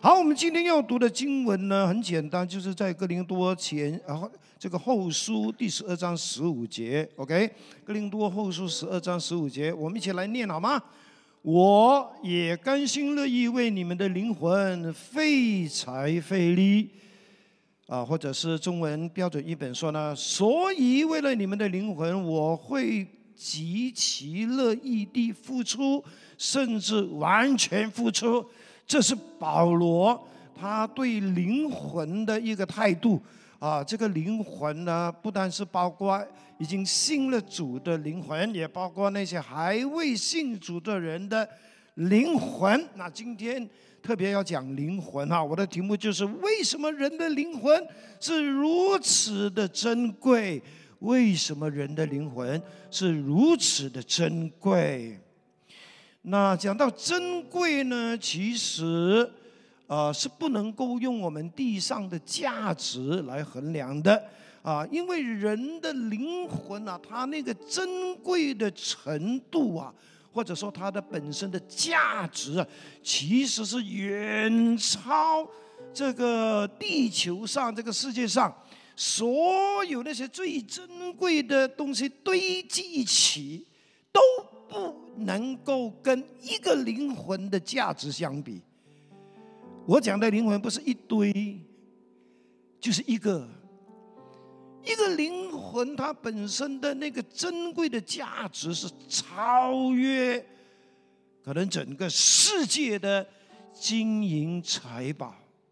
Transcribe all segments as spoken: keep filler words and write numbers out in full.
好，我们今天要读的经文呢，很简单，就是在哥林多前啊这个后书第十二章十五节 ，OK， 哥林多后书十二章十五节，我们一起来念好吗？我也甘心乐意为你们的灵魂费财费力。啊，或者是中文标准译本说呢，所以为了你们的灵魂，我会极其乐意地付出，甚至完全付出。这是保罗他对灵魂的一个态度啊。这个灵魂呢，不单是包括已经信了主的灵魂，也包括那些还未信主的人的灵魂。那今天特别要讲灵魂啊，我的题目就是为什么人的灵魂是如此的珍贵？为什么人的灵魂是如此的珍贵？那讲到珍贵呢，其实呃是不能够用我们地上的价值来衡量的啊，因为人的灵魂啊，它那个珍贵的程度啊，或者说它的本身的价值啊，其实是远超这个地球上这个世界上所有那些最珍贵的东西堆积一起，都不能够跟一个灵魂的价值相比。我讲的灵魂不是一堆，就是一个。一个灵魂它本身的那个珍贵的价值是超越可能整个世界的金银财宝。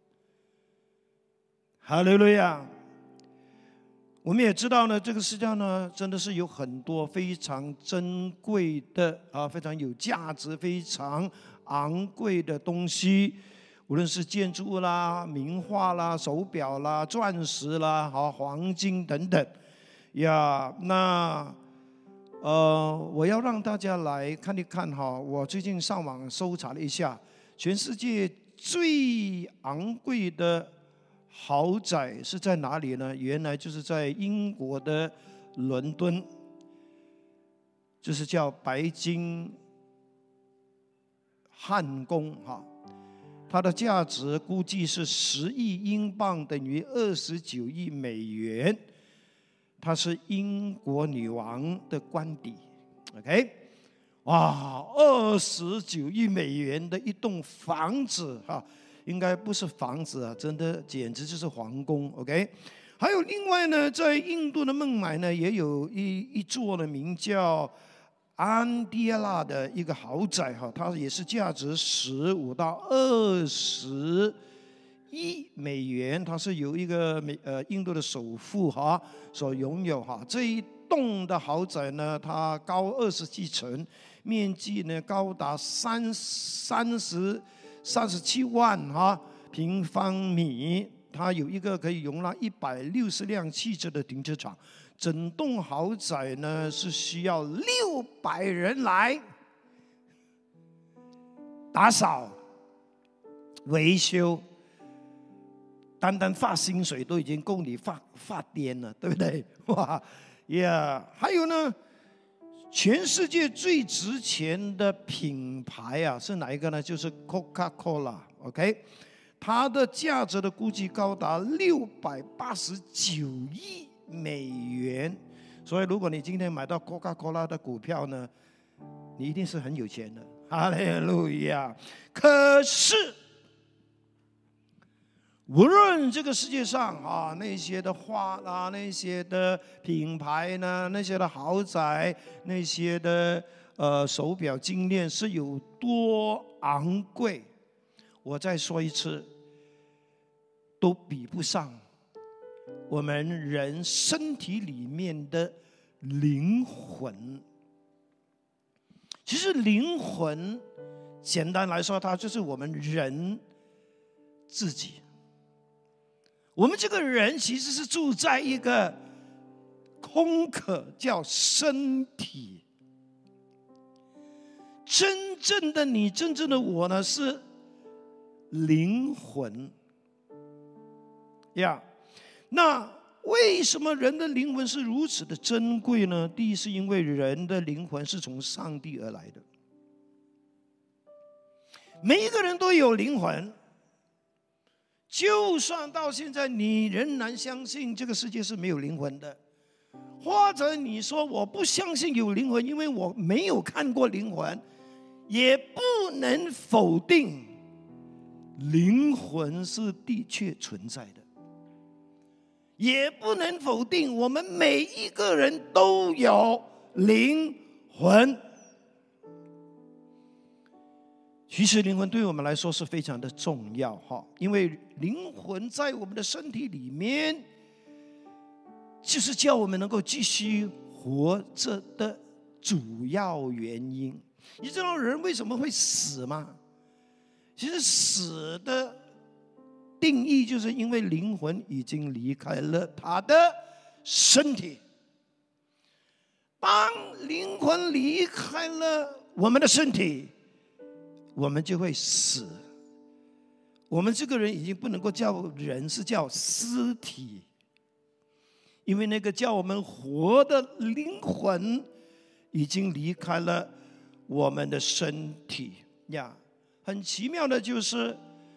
哈利路亚！我们也知道呢，这个世界上呢，真的是有很多非常珍贵的啊，非常有价值、非常昂贵的东西。无论是建筑物啦、名画啦、手表啦、钻石啦、好黄金等等，呀，那呃，我要让大家来看一看哈。我最近上网搜查了一下，全世界最昂贵的豪宅是在哪里呢？原来就是在英国的伦敦，就是叫白金汉宫哈。它的价值估计是十亿英镑，等于二十九亿美元。它是英国女王的官邸 ，OK， 哇，二十九亿美元的一栋房子哈，应该不是房子啊，真的简直就是皇宫 ，OK。还有另外呢，在印度的孟买呢，也有一一座的名叫安迪拉的一个豪宅哈，它也是价值十五到二十亿美元，它是由一个美呃印度的首富哈所拥有哈。这一栋的豪宅呢，它高二十七层，面积呢高达三三十三十七万哈平方米，它有一个可以容纳一百六十辆汽车的停车场。整栋豪宅呢是需要六百人来打扫、维修，单单发薪水都已经够你发发癫了，对不对？哇呀！ Yeah, 还有呢，全世界最值钱的品牌啊是哪一个呢？就是 Coca-Cola，OK， 它的价值的估计高达六百八十九亿美元，所以如果你今天买到 Coca-Cola 的股票呢，你一定是很有钱的，哈利路亚！可是，无论这个世界上啊那些的花啦、那些的品牌呢、那些的豪宅、那些的呃手表、金链是有多昂贵，我再说一次，都比不上我们人身体里面的灵魂。其实灵魂简单来说，它就是我们人自己。我们这个人其实是住在一个空壳叫身体，真正的你，真正的我呢是灵魂呀。那为什么人的灵魂是如此的珍贵呢？第一，是因为人的灵魂是从上帝而来的，每一个人都有灵魂， 就算到现在你仍然相信这个世界是没有灵魂的，或者你说我不相信有灵魂，因为我没有看过灵魂，也不能否定灵魂是的确存在的，也不能否定我们每一个人都有灵魂。其实灵魂对我们来说是非常的重要，因为灵魂在我们的身体里面，就是叫我们能够继续活着的主要原因。你知道人为什么会死吗？其实死的定义就是因为灵魂已经离开了他的身体。当灵魂离开了我们的身体，我们就会死。我们这个人已经不能够叫人，是叫尸体，因为那个叫我们活的灵魂已经离开了我们的身体呀。很奇妙的就是，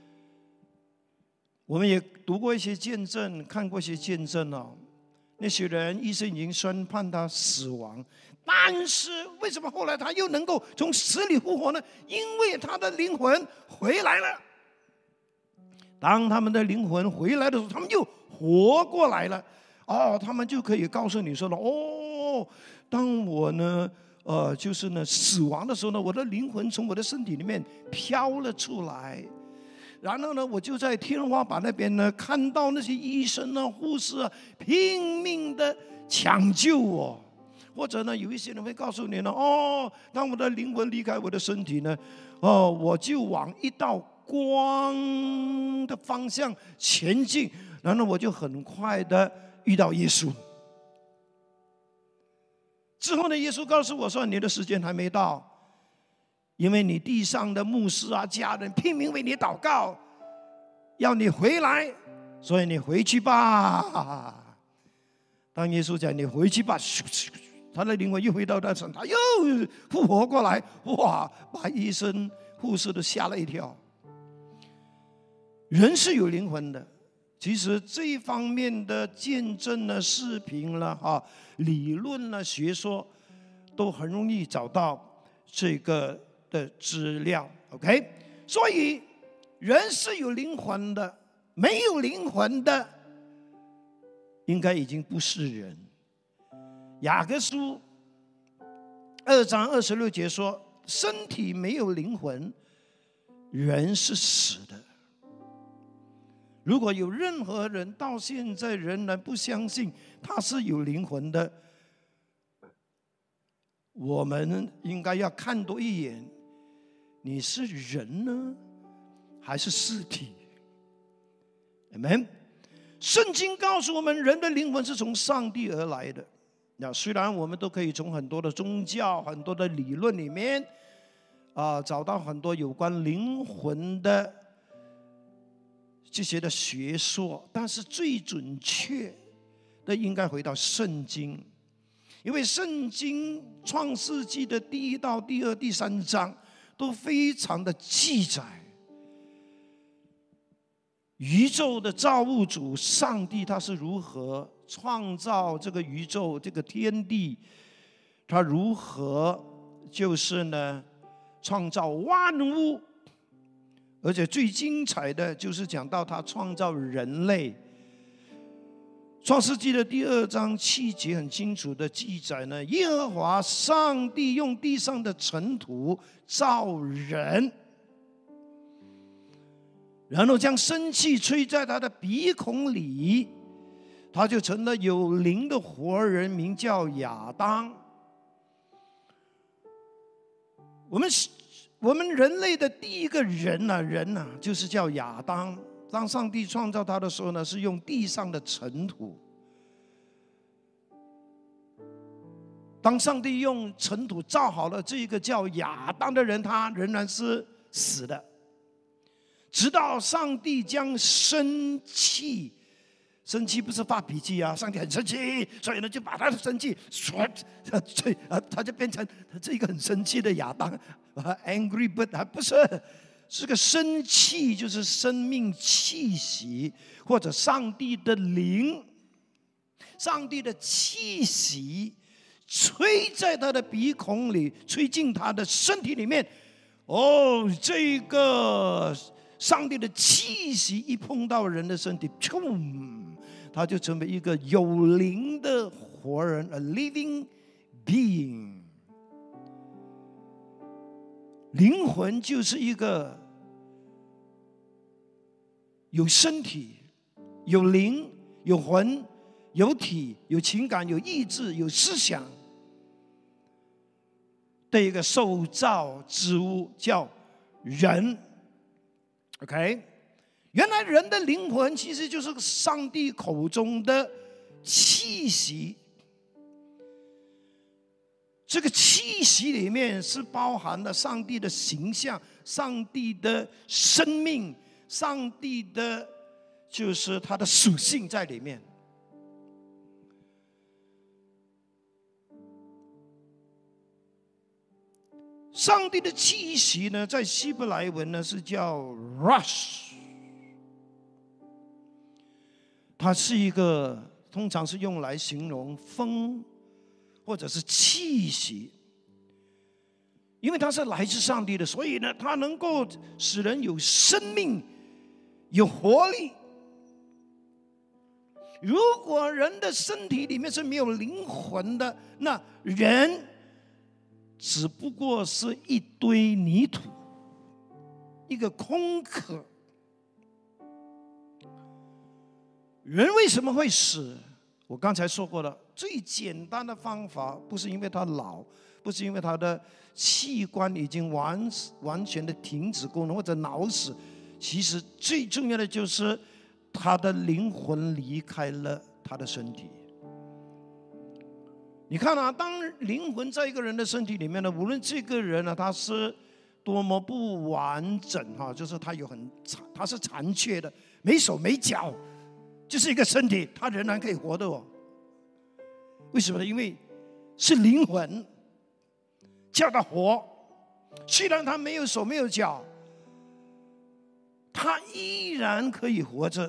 我们也读过一些见证，看过一些见证哦。那些人医生已经宣判他死亡，但是为什么后来他又能够从死里复活呢？因为他的灵魂回来了。当他们的灵魂回来的时候，他们就活过来了。哦，他们就可以告诉你说了，哦，当我呢，呃，就是呢死亡的时候呢，我的灵魂从我的身体里面飘了出来。然后呢，我就在天花板那边呢，看到那些医生啊、护士啊，拼命的抢救我。或者呢，有一些人会告诉你呢，哦，当我的灵魂离开我的身体呢，哦，我就往一道光的方向前进，然后我就很快的遇到耶稣。之后呢，耶稣告诉我说，你的时间还没到。因为你地上的牧师啊、家人拼命为你祷告，要你回来，所以你回去吧。当耶稣讲你回去吧，他的灵魂又回到他身，他又复活过来，哇，把医生、护士都吓了一跳。人是有灵魂的，其实这一方面的见证呢、视频了、啊、理论了、学说，都很容易找到这个的资料 ，OK， 所以人是有灵魂的，没有灵魂的，应该已经不是人。雅各书二章二十六节说：“身体没有灵魂，人是死的。”如果有任何人到现在仍然不相信他是有灵魂的，我们应该要看多一眼。你是人呢，还是尸体 ？Amen。圣经告诉我们，人的灵魂是从上帝而来的。那虽然我们都可以从很多的宗教、很多的理论里面啊、呃，找到很多有关灵魂的这些的学说，但是最准确的应该回到圣经，因为圣经创世纪的第一到第二、第三章。都非常的记载宇宙的造物主上帝他是如何创造这个宇宙这个天地，他如何就是呢创造万物，而且最精彩的就是讲到他创造人类。创世纪的第二章七节很清楚的记载呢，耶和华上帝用地上的尘土造人，然后将生气吹在他的鼻孔里，他就成了有灵的活人，名叫亚当。我们我们人类的第一个人啊，人啊，就是叫亚当。当上帝创造他的时候呢，是用地上的尘土。当上帝用尘土造好了这个叫亚当的人，他仍然是死的。直到上帝将生气，生气不是发脾气啊，上帝很生气，所以呢就把他的生气说，他就变成这一个很生气的亚当 ，angry bird 还不是。 这个生气就是生命气息，或者上帝的灵，上帝的气息吹在他的鼻孔里，吹进他的身体里面。哦，这个上帝的气息一碰到人的身体，砰，他就成为一个有灵的活人 ，a living being。灵魂就是一个有身体、有灵、有魂、有体、有情感、有意志、有思想的一个受造之物，叫人。OK， 原来人的灵魂其实就是上帝口中的气息。这个气息里面是包含了上帝的形象、上帝的生命、上帝的就是他的属性在里面。上帝的气息呢，在希伯来文呢是叫 rush， 它是一个通常是用来形容风或者是气息，因为它是来自上帝的，所以呢，它能够使人有生命、有活力。如果人的身体里面是没有灵魂的，那人只不过是一堆泥土，一个空壳。人为什么会死？我刚才说过了，最简单的方法不是因为他老，不是因为他的器官已经完完全的停止功能或者脑死，其实最重要的就是他的灵魂离开了他的身体。你看啊，当灵魂在一个人的身体里面呢，无论这个人呢他是多么不完整哈，就是他有很他是残缺的，没手没脚，就是一个身体，他仍然可以活的哦。为什么呢？因为是灵魂叫他活，虽然他没有手没有脚，他依然可以活着。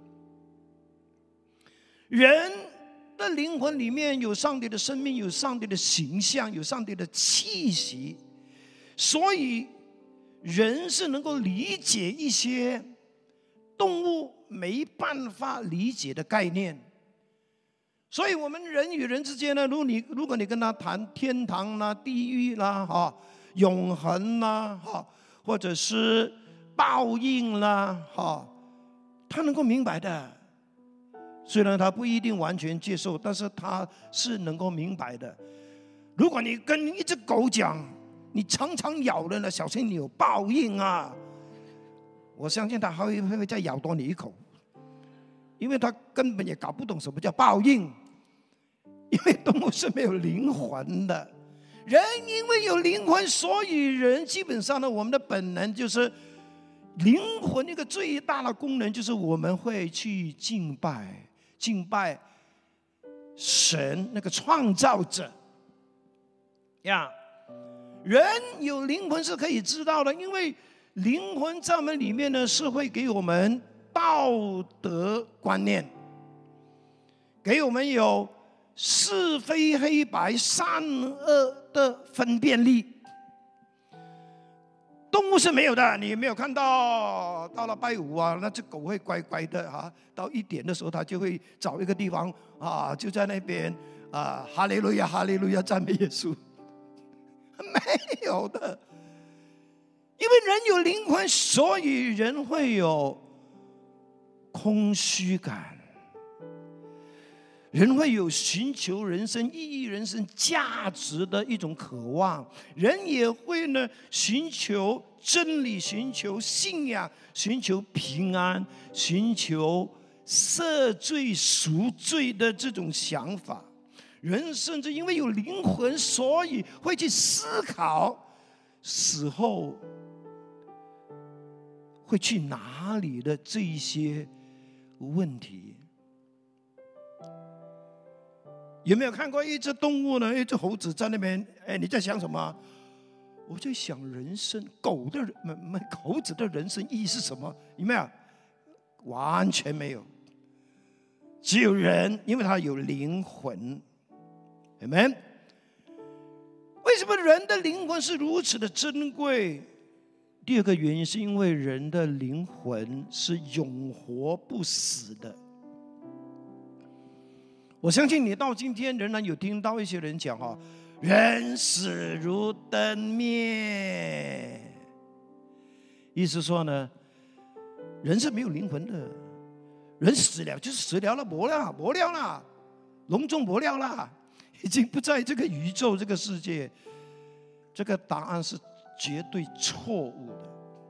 人的灵魂里面有上帝的生命，有上帝的形象，有上帝的气息，所以人是能够理解一些动物没办法理解的概念。所以我们人与人之间呢，如果你如果你跟他谈天堂啦、地狱啦、哈、永恒啦、哈，或者是报应啦、哈，他能够明白的。虽然他不一定完全接受，但是他是能够明白的。如果你跟一只狗讲，你常常咬人了，小心你有报应啊！我相信他还会会再咬多你一口，因为他根本也搞不懂什么叫报应。因为动物是没有灵魂的，人因为有灵魂，所以人基本上呢，我们的本能就是灵魂一个最大的功能就是我们会去敬拜。敬拜神那个创造者呀，人有灵魂是可以知道的，因为灵魂在我们里面呢是会给我们道德观念，给我们有是非黑白善恶的分辨力。动物是没有的，你没有看到到了拜五啊，那只狗会乖乖的哈、啊，到一点的时候它就会找一个地方啊，就在那边啊，哈利路亚哈利路亚赞美耶稣，没有的，因为人有灵魂，所以人会有空虚感。人会有寻求人生意义、人生价值的一种渴望，人也会呢寻求真理、寻求信仰、寻求平安、寻求赦罪赎罪的这种想法。人甚至因为有灵魂，所以会去思考死后会去哪里的这一些问题。有没有看过一只动物呢？一只猴子在那边，哎，你在想什么？ 我在想，人生狗的人猴子的人生意义是什么？有没有？完全没有。只有人，因为他有灵魂。Amen。为什么人的灵魂是如此的珍贵？第二个原因是因为人的灵魂是永活不死的。我相信你到今天仍然有听到一些人讲啊，人死如灯灭，意思说呢，人是没有灵魂的，人死了就是死了了，没了没了啦，隆重没了啦，已经不在这个宇宙这个世界。这个答案是绝对错误的。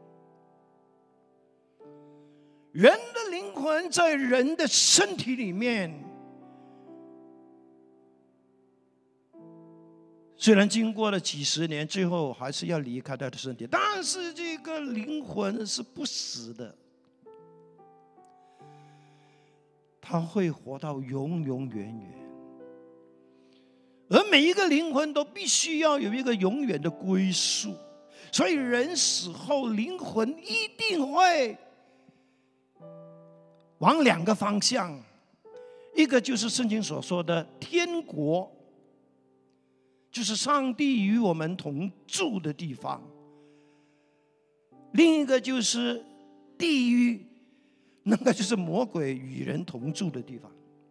人的灵魂在人的身体里面，虽然经过了几十年，最后还是要离开他的身体，但是这个灵魂是不死的，他会活到永永远远。而每一个灵魂都必须要有一个永远的归宿，所以人死后灵魂一定会往两个方向，一个就是圣经所说的天国，就是上帝与我们同住的地方；另一个就是地狱，那个就是魔鬼与人同住的地方。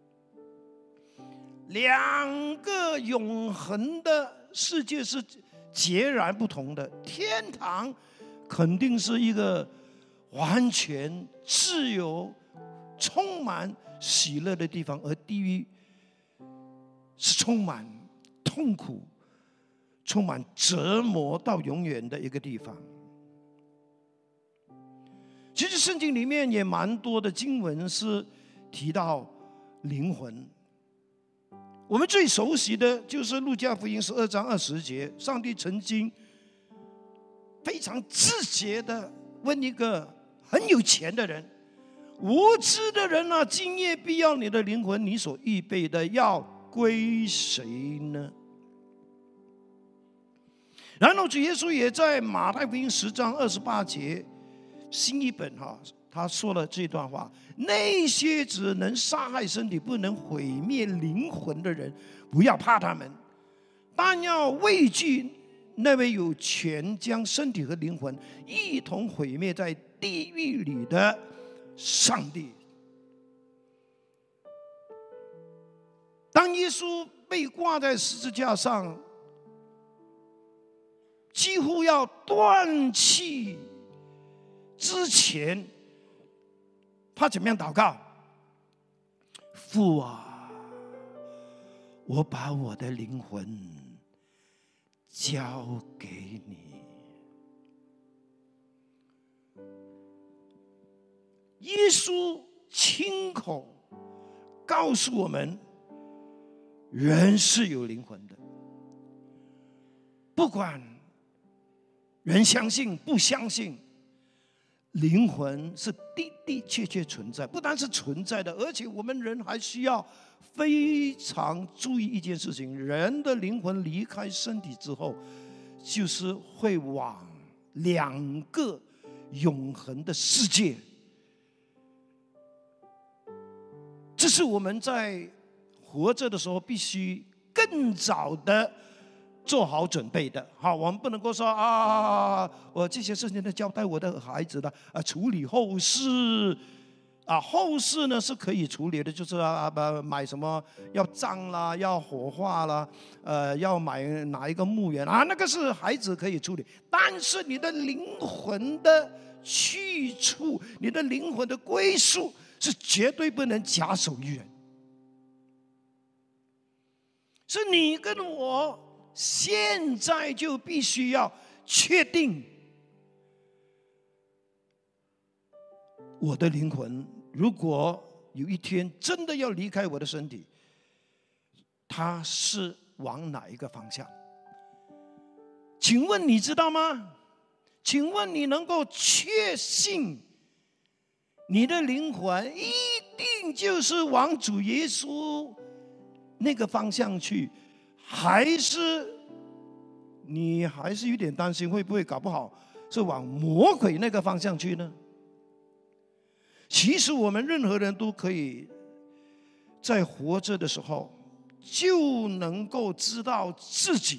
两个永恒的世界是截然不同的。天堂肯定是一个完全自由、充满喜乐的地方，而地狱是充满痛苦、充满折磨到永远的一个地方。其实圣经里面也蛮多的经文是提到灵魂。我们最熟悉的就是路加福音十二章二十节，上帝曾经非常直接的问一个很有钱的人，无知的人啊，今夜必要你的灵魂，你所预备的要归谁呢？然后主耶稣也在马太福音十章二十八节新译本哈，他说了这段话：那些只能杀害身体不能毁灭灵魂的人，不要怕他们，但要畏惧那位有权将身体和灵魂一同毁灭在地狱里的上帝。当耶稣被挂在十字架上，几乎要断气之前，他怎么样祷告？父啊，我把我的灵魂交给你。耶稣亲口告诉我们，人是有灵魂的，不管人相信不相信，灵魂是的的确确存在，不单是存在的，而且我们人还需要非常注意一件事情：人的灵魂离开身体之后，就是会往两个永恒的世界。这是我们在活着的时候必须更早的做好准备的。好，我们不能够说啊，我这些事情都交代我的孩子的啊，处理后事啊，后事呢是可以处理的，就是啊，买什么要葬啦，要火化啦，呃，要买哪一个墓园啊，那个是孩子可以处理。但是你的灵魂的去处，你的灵魂的归宿，是绝对不能假手于人。是你跟我现在就必须要确定，我的灵魂如果有一天真的要离开我的身体，它是往哪一个方向？请问你知道吗？请问你能够确信你的灵魂一定就是往主耶稣那个方向去，还是你还是有点担心，会不会搞不好是往魔鬼那个方向去呢？其实我们任何人都可以在活着的时候就能够知道自己，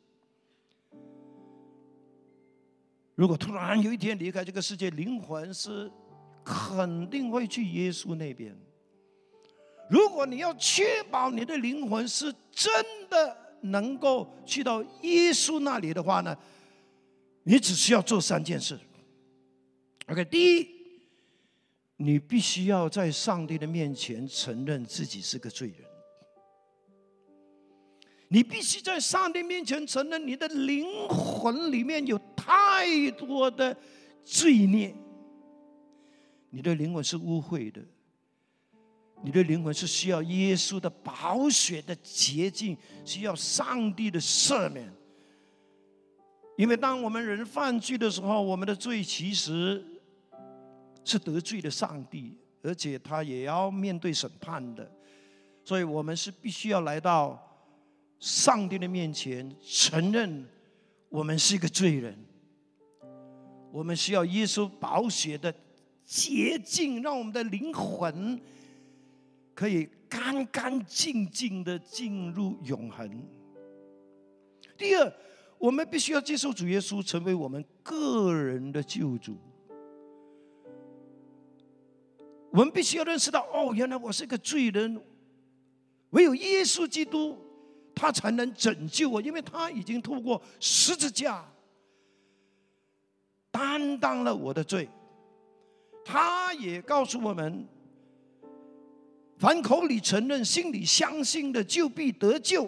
如果突然有一天离开这个世界，灵魂是肯定会去耶稣那边。如果你要确保你的灵魂是真的能够去到耶稣那里的话呢，你只需要做三件事。 OK， 第一，你必须要在上帝的面前承认自己是个罪人。你必须在上帝面前承认你的灵魂里面有太多的罪孽，你的灵魂是污秽的，你的灵魂是需要耶稣的宝血的洁净，需要上帝的赦免。因为当我们人犯罪的时候，我们的罪其实是得罪了上帝，而且他也要面对审判的，所以我们是必须要来到上帝的面前，承认我们是一个罪人，我们需要耶稣宝血的洁净，让我们的灵魂可以干干净净的进入永恒。第二，我们必须要接受主耶稣成为我们个人的救主。我们必须要认识到，哦，原来我是个罪人，唯有耶稣基督他才能拯救我，因为他已经透过十字架担当了我的罪。他也告诉我们，凡口里承认心里相信的就必得救。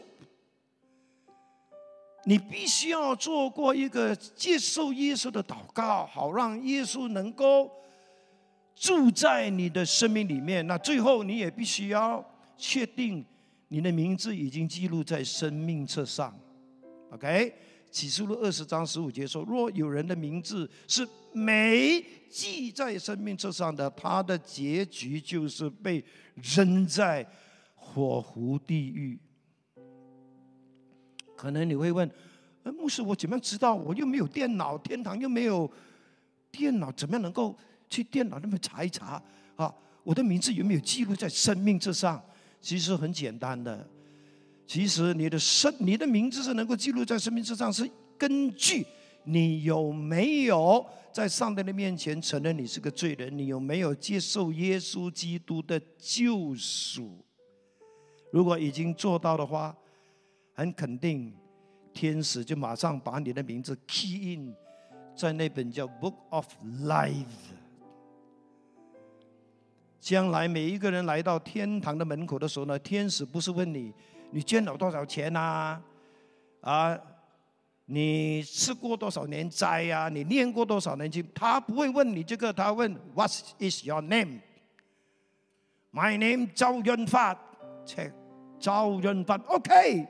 你必须要做过一个接受耶稣的祷告，好让耶稣能够住在你的生命里面。那最后你也必须要确定你的名字已经记录在生命册上。 OK， 启示录二十章十五节说，若有人的名字是没记在生命册上的，他的结局就是被扔在火湖地狱。可能你会问，牧师，我怎么样知道？我又没有电脑，天堂又没有电脑，怎么样能够去电脑那边查一查啊？我的名字有没有记录在生命册上？其实很简单的，其实你的生你的名字是能够记录在生命册上，是根据你有没有在上帝的面前承认你是个罪人，你有没有接受耶稣基督的救赎。如果已经做到的话，很肯定天使就马上把你的名字 key in 在那本叫 Book of Life。将来每一个人来到天堂的门口的时候呢，天使不是问你你捐了多少钱啊，啊，你吃过多少年斋啊，你念过多少年经，他不会问你这个，他问 What is your name? My name 周潤發，切，周潤發 ，OK，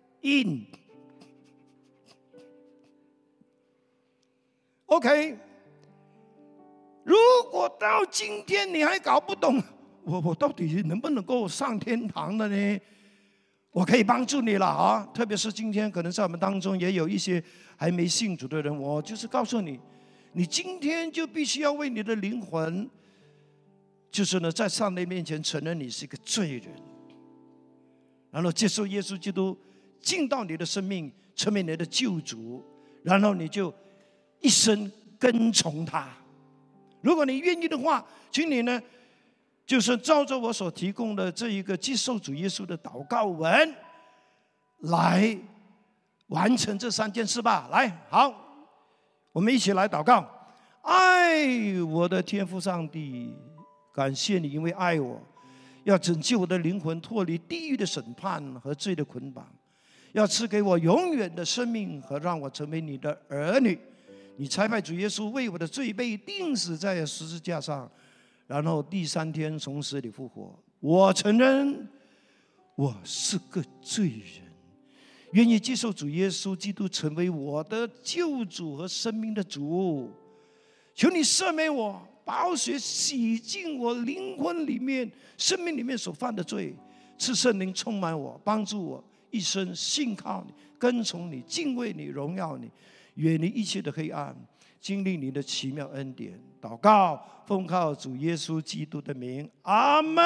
in，OK，、okay. 如果到今天你还搞不懂我我到底能不能够上天堂的呢？我可以帮助你了啊！特别是今天可能在我们当中也有一些还没信主的人，我就是告诉你，你今天就必须要为你的灵魂，就是呢在上帝面前承认你是一个罪人，然后接受耶稣基督进到你的生命，成为你的救主，然后你就一生跟从他。如果你愿意的话，请你呢，就是照着我所提供的这一个接受主耶稣的祷告文，来完成这三件事吧。来，好，我们一起来祷告。爱我的天父上帝，感谢你，因为爱我，要拯救我的灵魂脱离地狱的审判和罪的捆绑，要赐给我永远的生命和让我成为你的儿女。你差派主耶稣为我的罪被钉死在十字架上，然后第三天从死里复活。我承认我是个罪人，愿意接受主耶稣基督成为我的救主和生命的主。求你赦免我，宝血洗净我灵魂里面、生命里面所犯的罪，赐圣灵充满我，帮助我一生信靠你，跟从你，敬畏你，荣耀你，远离一切的黑暗，经历你的奇妙恩典。祷告，奉靠主耶稣基督的名，阿门，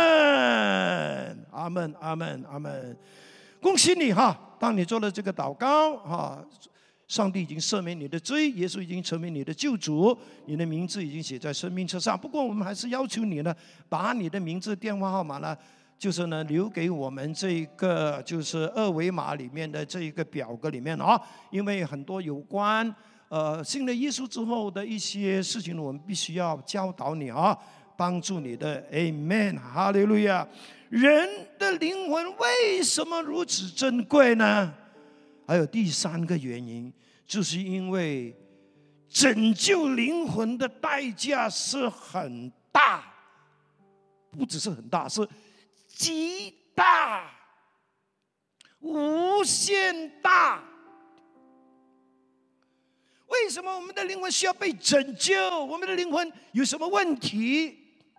阿门，阿门，阿门。恭喜你哈！当你做了这个祷告哈，上帝已经赦免你的罪，耶稣已经成为你的救主，你的名字已经写在生命册上。不过我们还是要求你呢，把你的名字、电话号码呢，就是呢留给我们这个就是二维码里面的这一个表格里面啊，因为很多有关呃信了耶稣之后的一些事情，我们必须要教导你啊，帮助你的。 Amen， 哈利路亚。人的灵魂为什么如此珍贵呢？还有第三个原因，就是因为拯救灵魂的代价是很大，不只是很大，是极大，无限大。为什么我们的灵魂需要被拯救？我们的灵魂有什么问题？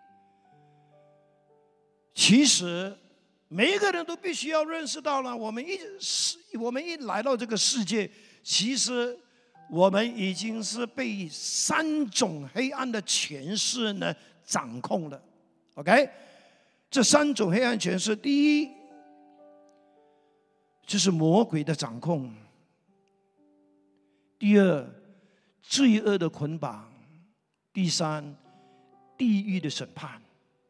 其实每一个人都必须要认识到了，我们一我们一来到这个世界，其实我们已经是被三种黑暗的权势呢掌控了。OK， 这三种黑暗权势，第一就是魔鬼的掌控；第二，罪恶的捆绑；第三，地狱的审判。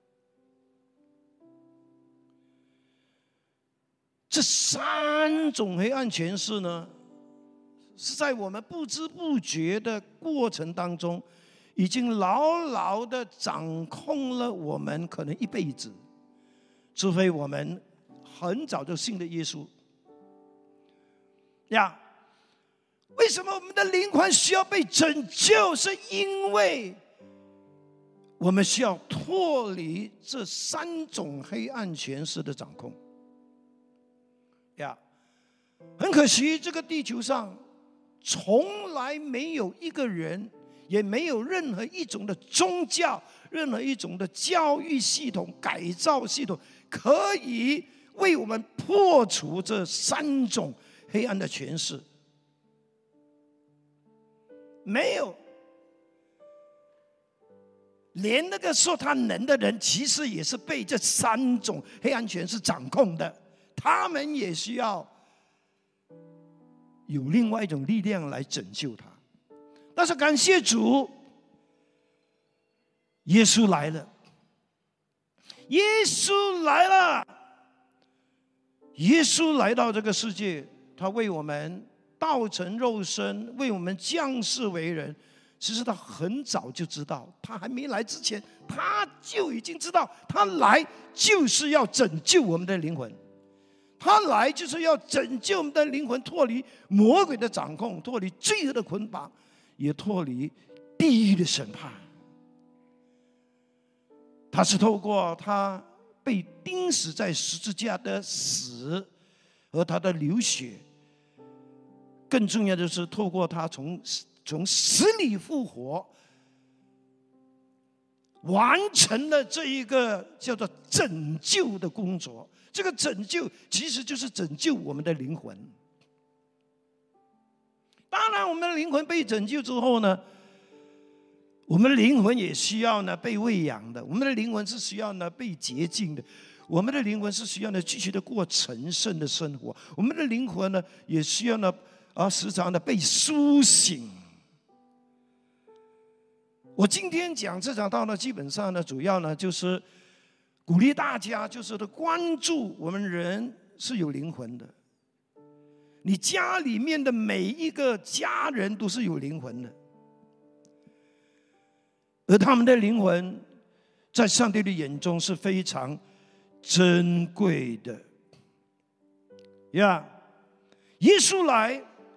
这三种黑暗权势呢，是在我们不知不觉的过程当中，已经牢牢的掌控了我们可能一辈子，除非我们很早就信了耶稣呀。为什么我们的灵魂需要被拯救？是因为我们需要脱离这三种黑暗权势的掌控呀。很可惜，这个地球上从来没有一个人，也没有任何一种的宗教，任何一种的教育系统、改造系统，可以为我们破除这三种黑暗的权势。没有，连那个说他能的人，其实也是被这三种黑暗权势掌控的。他们也需要有另外一种力量来拯救他。但是感谢主，耶稣来了，耶稣来了，耶稣来到这个世界，他为我们道成肉身，为我们降世为人。其实他很早就知道，他还没来之前，他就已经知道，他来就是要拯救我们的灵魂，他来就是要拯救我们的灵魂，脱离魔鬼的掌控，脱离罪恶的捆绑，也脱离地狱的审判。他是透过他被钉死在十字架的死和他的流血，更重要的是透过他从从死里复活，完成了这一个叫做拯救的工作。这个拯救其实就是拯救我们的灵魂。当然我们的灵魂被拯救之后呢，我们的灵魂也需要呢被喂养的，我们的灵魂是需要呢被洁净的，我们的灵魂是需要呢继续的过成圣的生活，我们的灵魂呢也需要呢啊时常的被苏醒。我今天讲这场道呢，基本上呢，主要呢就是鼓励大家，就是的关注我们人是有灵魂的。你家里面的每一个家人都是有灵魂的，而他们的灵魂在上帝的眼中是非常珍贵的呀。耶稣来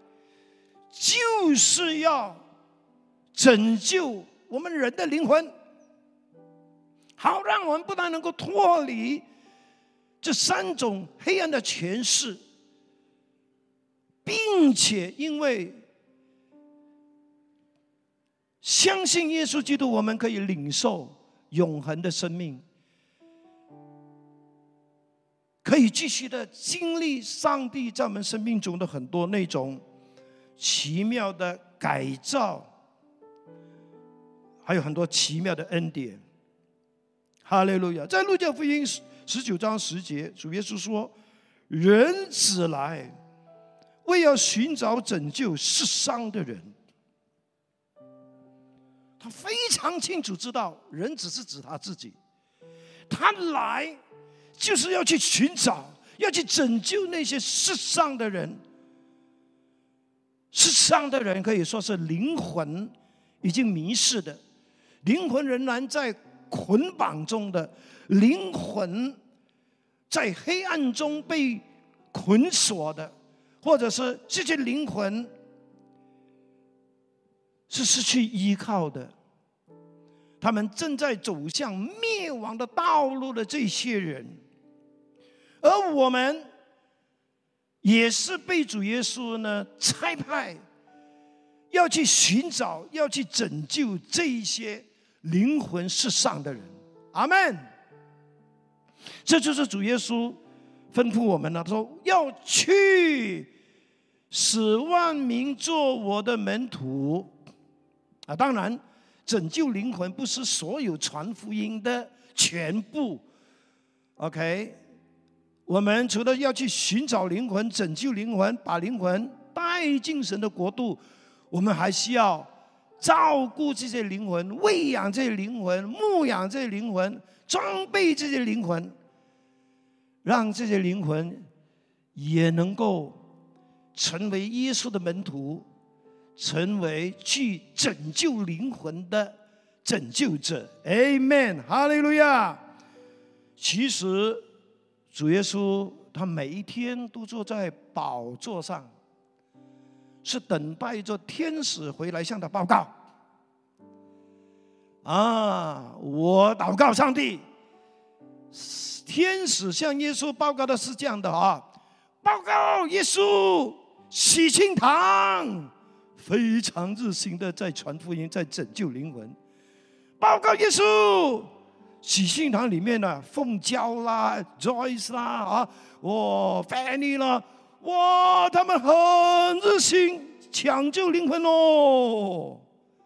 就是要拯救我们人的灵魂，好让我们不但能够脱离这三种黑暗的权势，并且因为相信耶稣基督，我们可以领受永恒的生命， 可以继续的经历上帝在我们生命中的很多那种奇妙的改造，还有很多奇妙的恩典。哈利路亚！在路加福音十九章十节，主耶稣说：“人子来，为要寻找拯救世上的人。”他非常清楚知道，人只是指他自己，他来就是要去寻找，要去拯救那些世上的人。世上的人可以说是灵魂已经迷失的，灵魂仍然在捆绑中的，灵魂在黑暗中被捆锁的，或者是这些灵魂是失去依靠的，他们正在走向灭亡的道路的这些人。而我们也是被主耶稣呢差派，要去寻找，要去拯救这一些灵魂世上的人。阿们。这就是主耶稣吩咐我们了，他说要去使万民做我的门徒啊。当然拯救灵魂不是所有传福音的全部 OK， 我们除了要去寻找灵魂、拯救灵魂、把灵魂带进神的国度，我们还需要照顾这些灵魂，喂养这些灵魂，牧养这些灵魂，装备这些灵魂，让这些灵魂也能够成为耶稣的门徒，成为去拯救灵魂的拯救者。 Amen， 哈利路亚。其实主耶稣他每一天都坐在宝座上，是等待着天使回来向他报告啊！我祷告上帝，天使向耶稣报告的是这样的啊，报告耶稣，喜庆堂非常热心的在传福音，在拯救灵魂。报告耶稣，喜庆堂里面呢，凤娇啦、Joyce 啦啊，哇 Fanny 啦，哇，他们很热心抢救灵魂哦！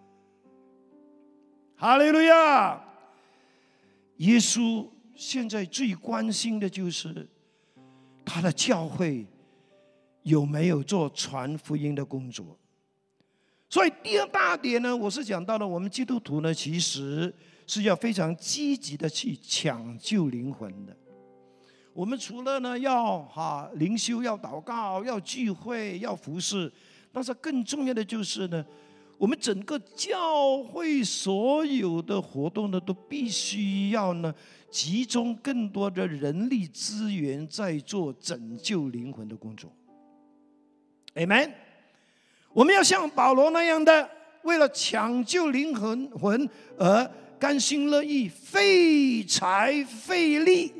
哈利路亚！耶稣现在最关心的就是他的教会有没有做传福音的工作。所以第二大点呢，我是讲到了我们基督徒呢，其实是要非常积极的去抢救灵魂的。我们除了呢要哈灵修、要祷告、要聚会、要服侍，但是更重要的就是呢，我们整个教会所有的活动呢，都必须要呢集中更多的人力资源在做拯救灵魂的工作。Amen。我们要像保罗那样的，为了抢救灵魂魂而甘心乐意、费财费力。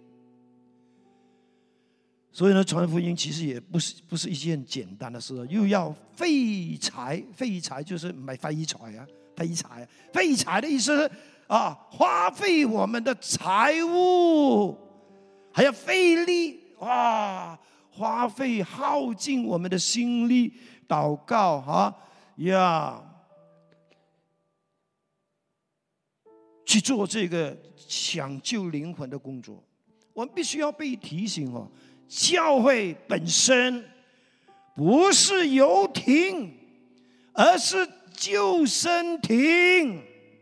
所以呢，传福音其实也不是不是一件简单的事，又要费财，费财就是唔係廢財啊，費財啊，費財的意思是啊，花費我們的財物，還要費力，哇，花費耗盡我們的心力，禱告啊呀，去做這個搶救靈魂的工作。我們必須要被提醒哦，教會本身不是遊艇，而是救生艇。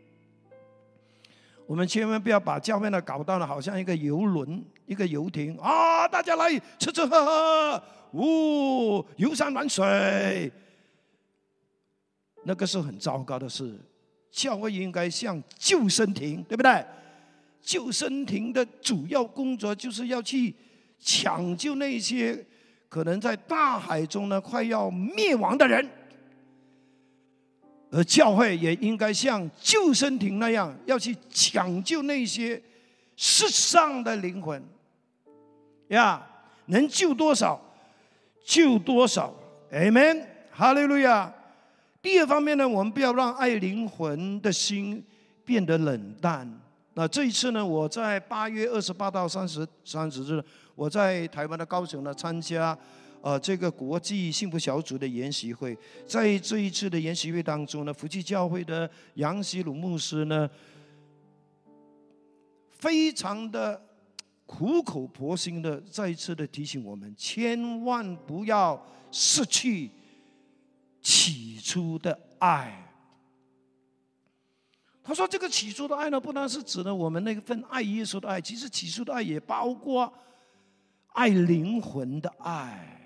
我們千萬不要把教會呢搞到了好像一個遊輪、一個遊艇啊！大家來吃吃喝喝，哦，遊山玩水，那個是很糟糕的事。教會應該像救生艇，對不對？救生艇的主要工作就是要去搶救那些可能在大海中呢快要滅亡的人，而教會也應該像救生艇那樣，要去搶救那些世上的靈魂呀，能救多少救多少 Amen 哈利路亞。第二方面呢，我們不要讓愛靈魂的心變得冷淡。 那这一次呢，我在八月二十八到三十三十日，我在台湾的高雄呢参加呃这个国际幸福小组的研习会。在这一次的研习会当中呢，福气教会的杨希鲁牧师呢，非常的苦口婆心的再一次的提醒我们，千万不要失去起初的爱。他说：“这个起初的爱呢，不单是指呢我们那份爱耶稣的爱，其实起初的爱也包括爱灵魂的爱。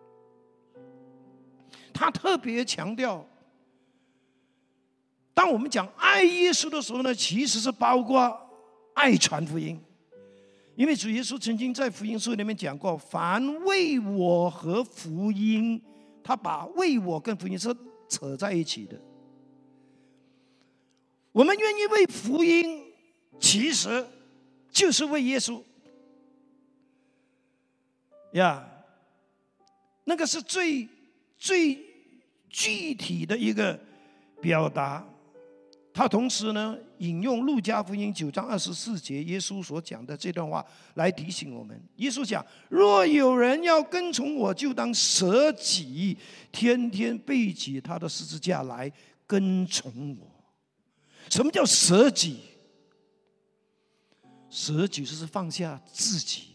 他特别强调，当我们讲爱耶稣的时候呢，其实是包括爱传福音。因为主耶稣曾经在福音书里面讲过，凡为我和福音，他把为我跟福音是扯在一起的。我们愿意为福音，其实就是为耶稣呀。那个是最最具体的一个表达。他同时呢，引用路加福音九章二十四节耶稣所讲的这段话来提醒我们。耶稣讲：若有人要跟从我，就当舍己，天天背起他的十字架来跟从我。什么叫舍己？舍己就是放下自己，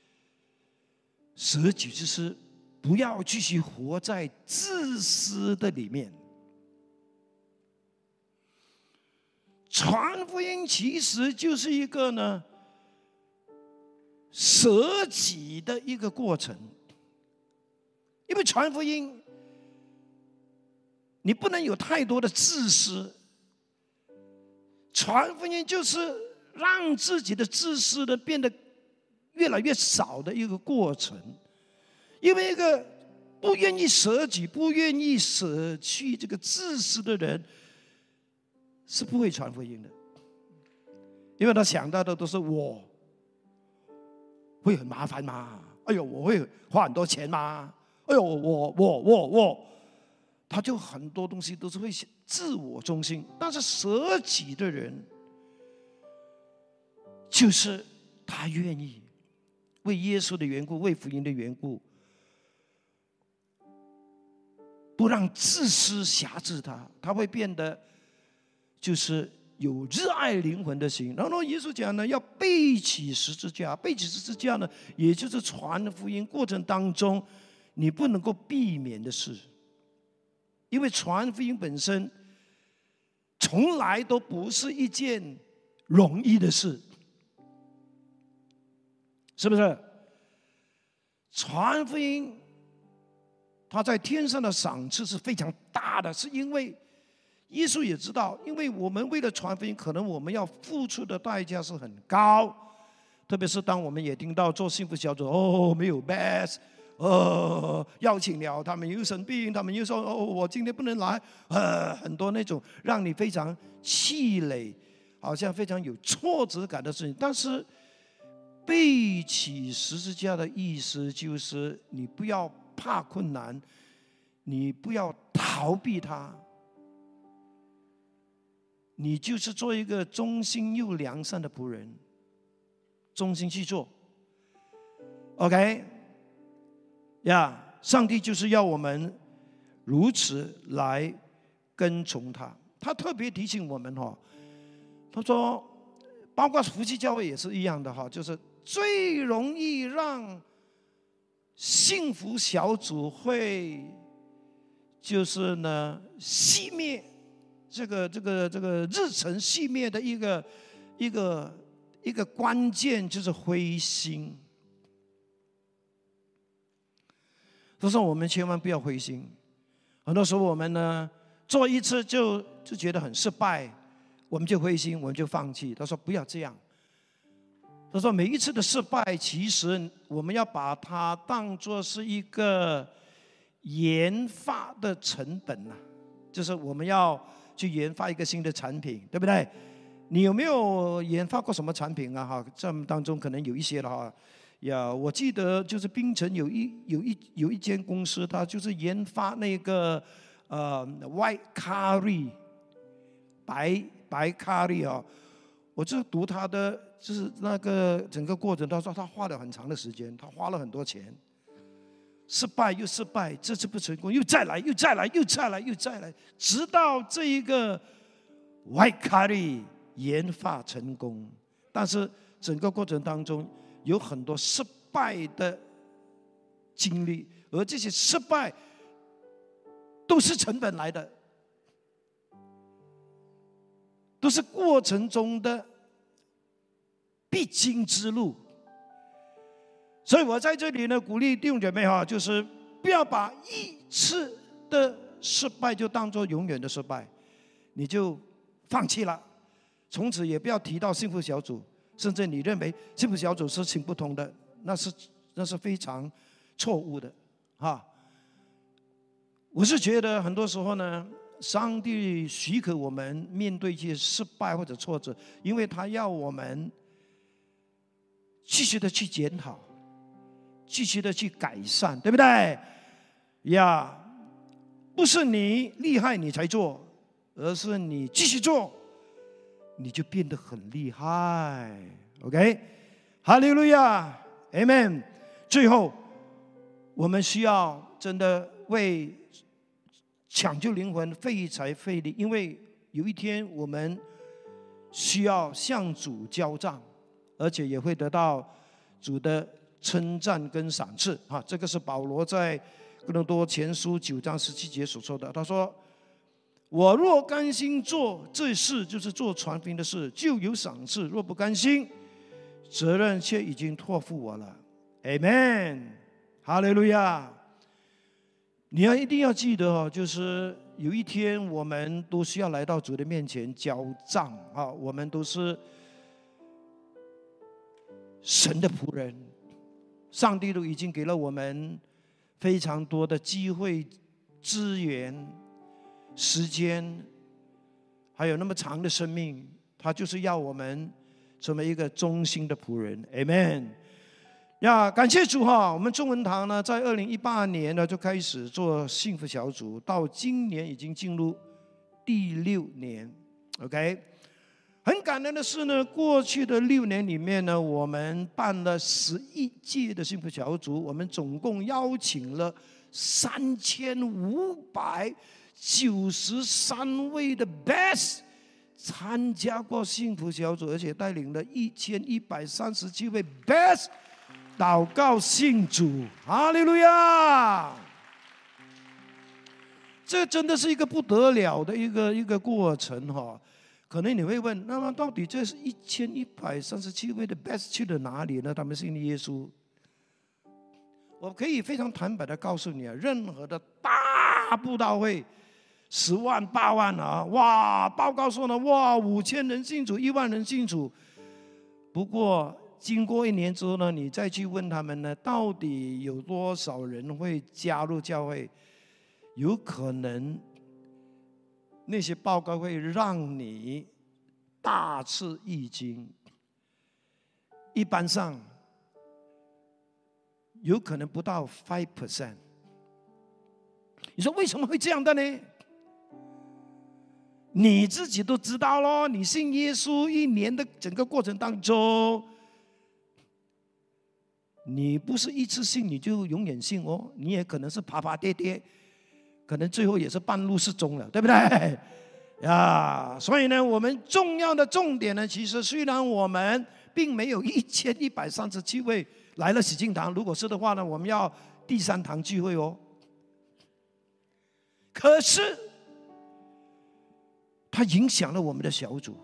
舍己就是不要继续活在自私的里面。传福音其实就是一个呢舍己的一个过程，因为传福音你不能有太多的自私。传福音就是让自己的自私呢变得越来越少的一个过程，因为一个不愿意舍己、不愿意舍去这个自私的人，是不会传福音的，因为他想到的都是我会很麻烦吗？哎呦，我会花很多钱吗？哎呦，我我我我，他就很多东西都是会自我中心。但是舍己的人，就是他愿意为耶稣的缘故，为福音的缘故，不让自私辖制他，他会变得就是有热爱灵魂的心。然后耶稣讲呢，要背起十字架，背起十字架呢，也就是传福音过程当中你不能够避免的事。因为传福音本身从来都不是一件容易的事，是不是？传福音他在天上的赏赐是非常大的，是因为耶稣也知道，因为我们为了传福音，可能我们要付出的代价是很高。特别是当我们也听到做幸福小组，哦，没有 best， 呃，邀请了他们又生病，他们又说，哦，我今天不能来，呃，很多那种让你非常气馁，好像非常有挫折感的事情。但是背起十字架的意思就是，你不要怕困难，你不要逃避它，你就是做一个忠心又良善的仆人，忠心去做。OK， 呀、yeah, 上帝就是要我们如此来跟从他。他特别提醒我们哈，他说，包括福气教会也是一样的哈，就是最容易让幸福小组会就是呢熄灭这个这个这个日程熄灭的一个一个一个关键就是灰心。他说我们千万不要灰心，很多时候我们呢做一次就就觉得很失败，我们就灰心，我们就放弃。他说不要这样。他说每一次的失败，其实我们要把它当作是一个研发的成本呐、啊，就是我们要去研发一个新的产品，对不对？你有没有研发过什么产品啊？哈，这当中可能有一些了哈。呀，我记得就是槟城有一有一有一间公司，它就是研发那个呃 white curry 白白咖喱哦。 我就读他的，就是那个整个过程，他说他花了很长的时间，他花了很多钱，失败又失败，这次不成功，又再来，又再来，又再来，又再来，直到这一个 White Curry 研发成功。但是整个过程当中有很多失败的经历，而这些失败都是成本来的，都是过程中的必经之路。所以我在这里呢，鼓励弟兄姐妹哈，就是不要把一次的失败就当作永远的失败，你就放弃了，从此也不要提到幸福小组，甚至你认为幸福小组是行不通的，那是那是非常错误的哈。我是觉得很多时候呢，上帝许可我们面对一些失败或者挫折，因为他要我们继续的去检讨，继续的去改善，对不对呀？不是你厉害你才做，而是你继续做，你就变得很厉害。 OK， 哈利路亚 Amen。 最后我们需要真的为抢救灵魂费财费力，因为有一天我们需要向主交账，而且也会得到主的称赞跟赏赐。这个是保罗在哥林多前书九章十七节所说的。他说：我若甘心做这事，就是做传福音的事，就有赏赐；若不甘心，责任却已经托付我了。 Amen， 哈利路亚。你要一定要记得哦，就是有一天我们都需要来到主的面前交账啊！我们都是神的仆人，上帝都已经给了我们非常多的机会、资源、时间，还有那么长的生命，他就是要我们成为一个忠心的仆人。 Amen。呀，感谢主哈！我们中文堂呢，在二零一八年呢就开始做幸福小组，到今年已经进入第六年。OK， 很感恩的是呢，过去的六年里面呢，我们办了十一届的幸福小组，我们总共邀请了三千五百九十三位的 best 参加过幸福小组，而且带领了一千一百三十七位 best。祷告信主，哈利路亚！这真的是一个不得了的一个一个过程哈。可能你会问，那么到底这是一千一百三十七位的 best 去了哪里呢？他们信耶稣。我可以非常坦白的告诉你啊，任何的大布道会，十万八万啊，哇，报告说呢，哇，五千人信主，一万人信主。不过经过一年之后呢，你再去问他们呢，到底有多少人会加入教会？有可能那些报告会让你大吃一惊。一般上有可能不到 百分之五。你说为什么会这样的呢？你自己都知道咯，你信耶稣一年的整个过程当中，你不是一次性你就永远信哦，你也可能是爬爬跌跌，可能最后也是半路失踪了，对不对呀？所以呢，我们重要的重点呢，其实虽然我们并没有一千一百三十七位来了喜庆堂，如果是的话呢，我们要第三堂聚会哦。可是它影响了我们的小组。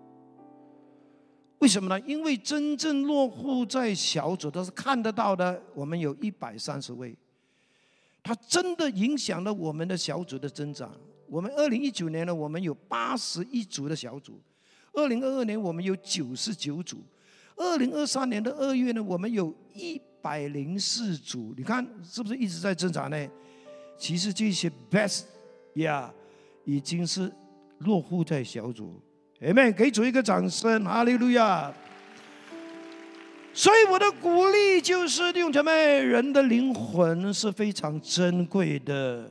为什么呢？因为真正落户在小组都是看得到的，我们有一百三十位，它真的影响了我们的小组的增长。我们二零一九年呢，我们有八十一组的小组；二零二二年我们有九十九组；二零二三年的二月呢，我们有一百零四组。你看是不是一直在增长呢？其实这些 best 呀、yeah, 已经是落户在小组。Amen， 给主一个掌声，哈利路亚！所以我的鼓励就是弟兄姐妹，人的灵魂是非常珍贵的。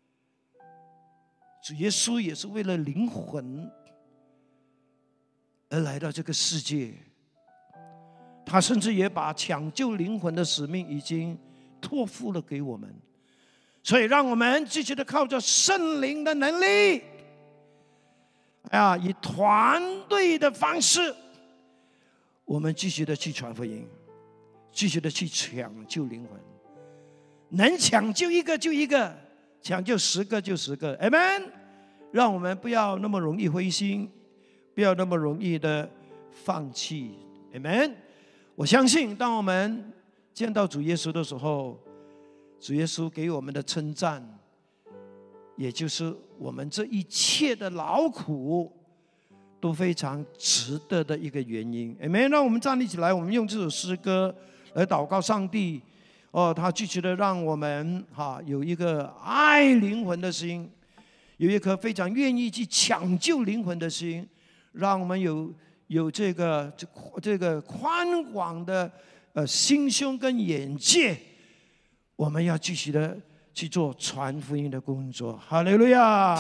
主耶稣也是为了灵魂而来到这个世界，他甚至也把抢救灵魂的使命已经托付了给我们。所以让我们继续的靠着圣灵的能力，啊，以团队的方式，我们继续的去传福音，继续的去抢救灵魂。能抢救一个就一个，抢救十个就十个 Amen。 让我们不要那么容易灰心，不要那么容易的放弃 Amen。 我相信当我们见到主耶稣的时候，主耶稣给我们的称赞，也就是我们这一切的劳苦都非常值得的一个原因 Amen。 让我们站立起来，我们用这首诗歌来祷告上帝，哦，他继续的让我们哈有一个爱灵魂的心，有一颗非常愿意去抢救灵魂的心，让我们有有这个这这个宽广的呃心胸跟眼界，我们要继续的去做传福音的工作。哈利路亚。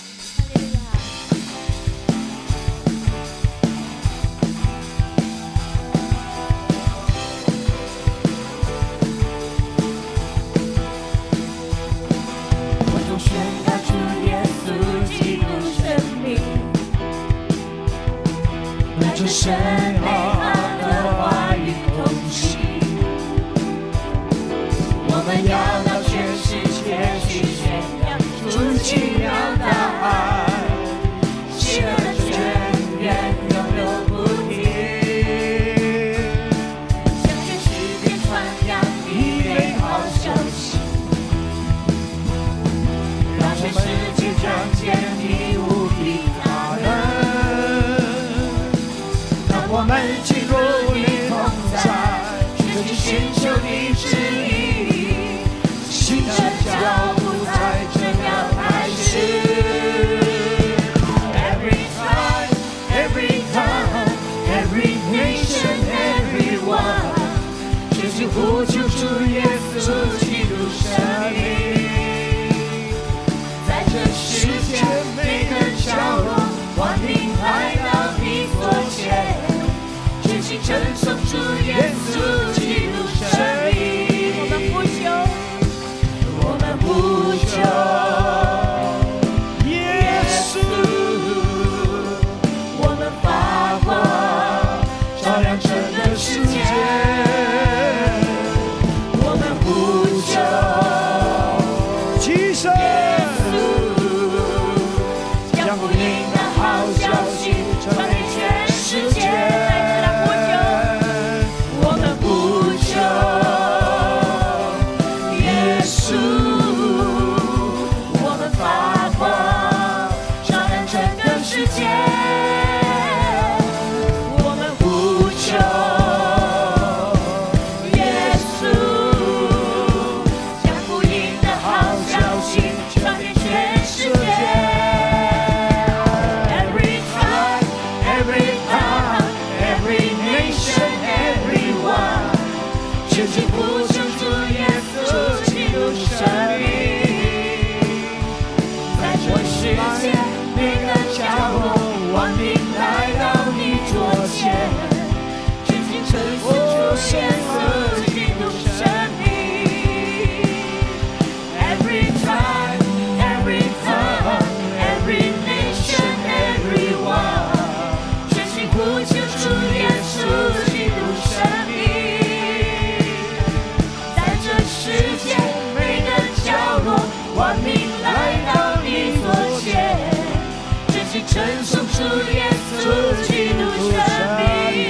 神美好的话语同行，我们要到全世界去宣扬主奇妙的爱，喜乐的泉源永流不停，向全世界传扬你美好消息，让全世界看见你无比大能。我们进入你同在，学习寻求你旨意，新的脚步在这样开始。Every time, every time, every nation, everyone， 全心呼求主耶稣基督生命，在这世界每个角落，万民来到你所前。称颂主耶稣基督生命，我们呼求，我们呼求耶稣，我们发光，照亮整个世界。我们呼求耶稣，将福音的好消息传给全世界。称颂主耶稣基督生命，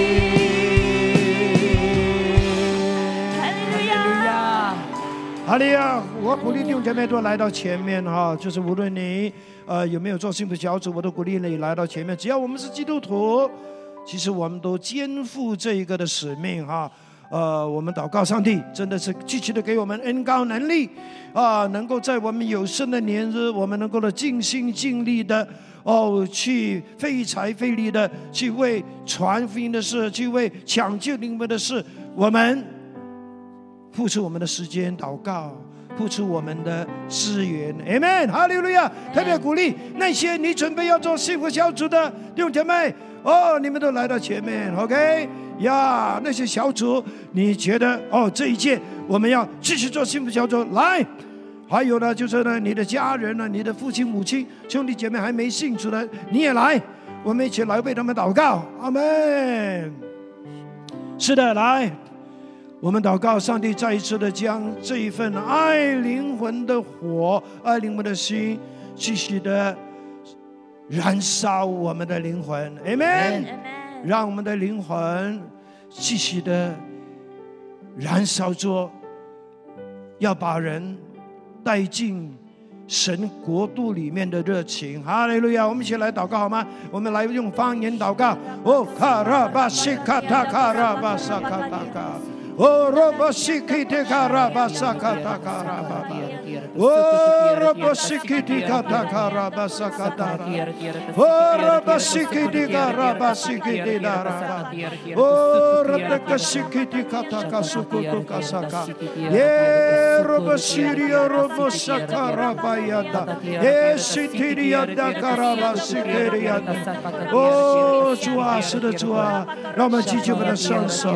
哈利路亚， 哈利路亚！我鼓励弟兄姐妹都来到前面哈，就是无论你呃有没有做幸福小组，我都鼓励你来到前面。只要我们是基督徒，其实我们都肩负这一个的使命哈。呃，我们祷告上帝真的是继续的给我们恩膏能力啊、呃，能够在我们有生的年日，我们能够的尽心尽力的哦，去费财费力的去为传福音的事，去为抢救灵魂的事，我们付出我们的时间祷告，付出我们的资源 Amen 哈利路亚。特别鼓励那些你准备要做幸福小组的弟兄姐妹哦，你们都来到前面 ，OK 呀？那些小组，你觉得哦，这一届我们要继续做幸福小组，来。还有呢，就是呢，你的家人呢，你的父亲、母亲、兄弟姐妹还没信主的，你也来，我们一起来为他们祷告，阿们。是的，来。我们祷告，上帝再一次的将这一份爱灵魂的火、爱灵魂的心，继续的燃烧我们的灵魂 ，Amen。让我们的灵魂继续的燃烧着，要把人带进神国度里面的热情。哈利路亚！我们一起来祷告好吗？我们来用方言祷告。哦，卡拉巴西卡塔卡拉巴萨卡塔卡。Oh, Robo Sikiti Karabasa Katakaraba. Oh, Robo Sikiti Katakarabasa Katara. Oh, Robo Sikiti Karabasikiti Daraba. Oh, Rebecca Sikiti Katakasukutu Kasaka. Ye Robo Siria Robo Sakarabayada. Ye Sitiria Dakarabasikiria. Oh, 主啊，是的，主啊，让我们举起我们的双手。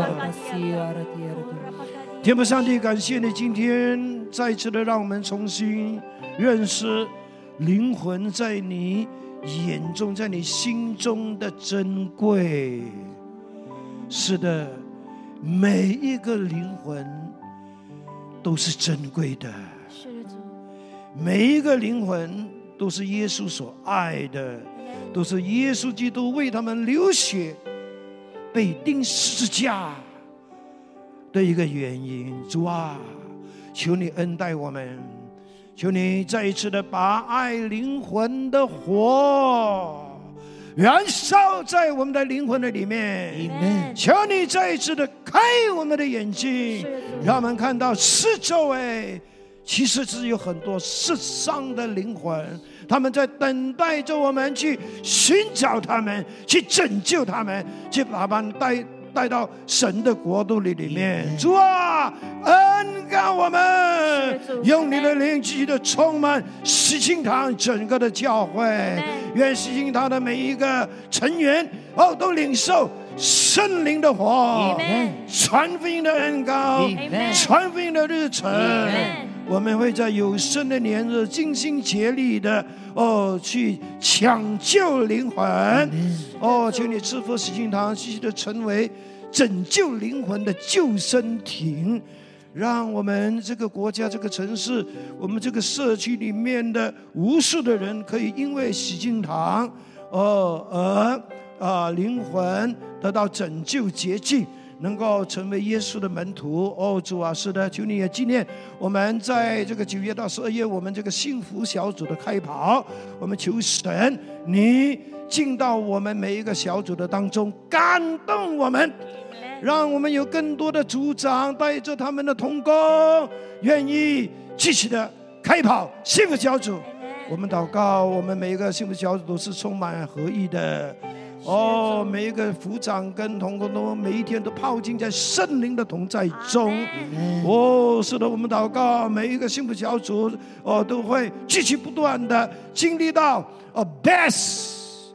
天父上帝，感谢你今天再次的让我们重新认识灵魂在你眼中，在你心中的珍贵。是的，每一个灵魂都是珍贵的，每一个灵魂都是耶稣所爱的，都是耶稣基督为他们流血被钉十字架的一个原因。主啊，求你恩待我们，求你再一次的把爱灵魂的火燃烧在我们的灵魂的里面。求你再一次的开我们的眼睛，让我们看到四周围其实是有很多世上的灵魂，他们在等待着我们去寻找他们，去拯救他们，去把他们带带到神的国度里里面。主啊，恩膏我们，用你的灵继续的充满喜庆堂整个的教会，愿喜庆堂的每一个成员哦都领受圣灵的火，传福音的恩膏，传福音的日程。我们会在有生的年日尽心竭力的哦去抢救灵魂。哦，求你赐福喜庆堂继续的成为拯救灵魂的救生艇，让我们这个国家、这个城市、我们这个社区里面的无数的人，可以因为喜庆堂哦而啊灵魂得到拯救洁净，能够成为耶稣的门徒。哦，主啊，是的，求你也纪念我们在这个九月到十二月，我们这个幸福小组的开跑。我们求神，你进到我们每一个小组的当中，感动我们，让我们有更多的组长带着他们的同工，愿意继续的开跑幸福小组。我们祷告，我们每一个幸福小组都是充满合一的。哦，每一个副长跟同工都每一天都泡浸在圣灵的同在中。哦，是的，我们祷告每一个幸福小组哦都会继续不断的经历到哦 best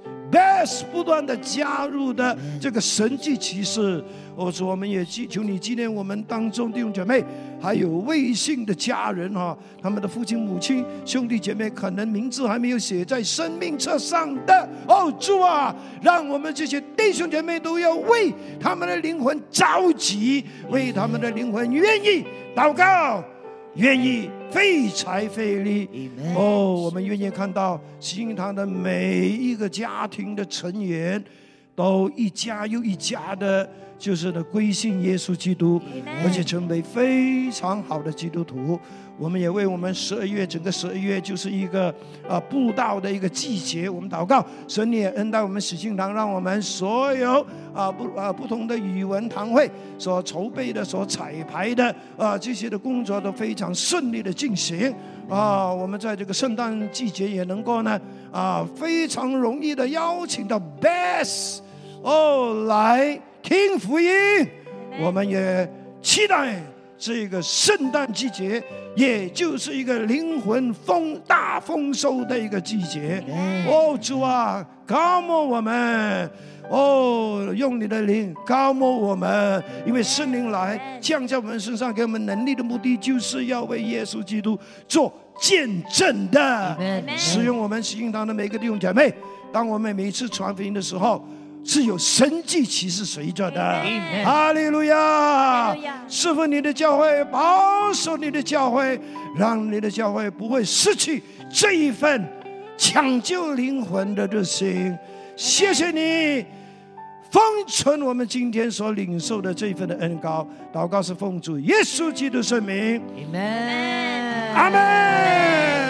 best 不断的加入的这个神迹奇事。哦，主，我们也求你纪念我们当中弟兄姐妹，还有未信的家人哈、哦，他们的父亲、母亲、兄弟姐妹，可能名字还没有写在生命册上的。哦，主啊，让我们这些弟兄姐妹都要为他们的灵魂着急，为他们的灵魂愿意祷告，愿意费财费力。哦，我们愿意看到喜庆堂的每一个家庭的成员，都一家又一家的。就是呢，归信耶稣基督，而且成为非常好的基督徒。我们也为我们十二月整个十二月就是一个啊布道的一个季节，我们祷告神也恩待我们喜庆堂，让我们所有啊不啊不同的语文堂会所筹备的、所彩排的啊这些的工作都非常顺利的进行啊。我们在这个圣诞季节也能够呢啊非常容易的邀请到 Best 哦来听福音。我们也期待这个圣诞季节，也就是一个灵魂丰大丰收的一个季节。哦，主啊，高摩我们哦，用你的灵高摩我们，因为圣灵来降在我们身上，给我们能力的目的，就是要为耶稣基督做见证的，使用我们使用堂的每个弟兄姐妹。当我们每一次传福音的时候，是有神迹奇事随着的。哈利路亚！侍奉你的教会，保守你的教会，让你的教会不会失去这一份抢救灵魂的热心。谢谢你，封存我们今天所领受的这一份的恩膏。祷告是奉主耶稣基督圣名， 阿们， 阿们。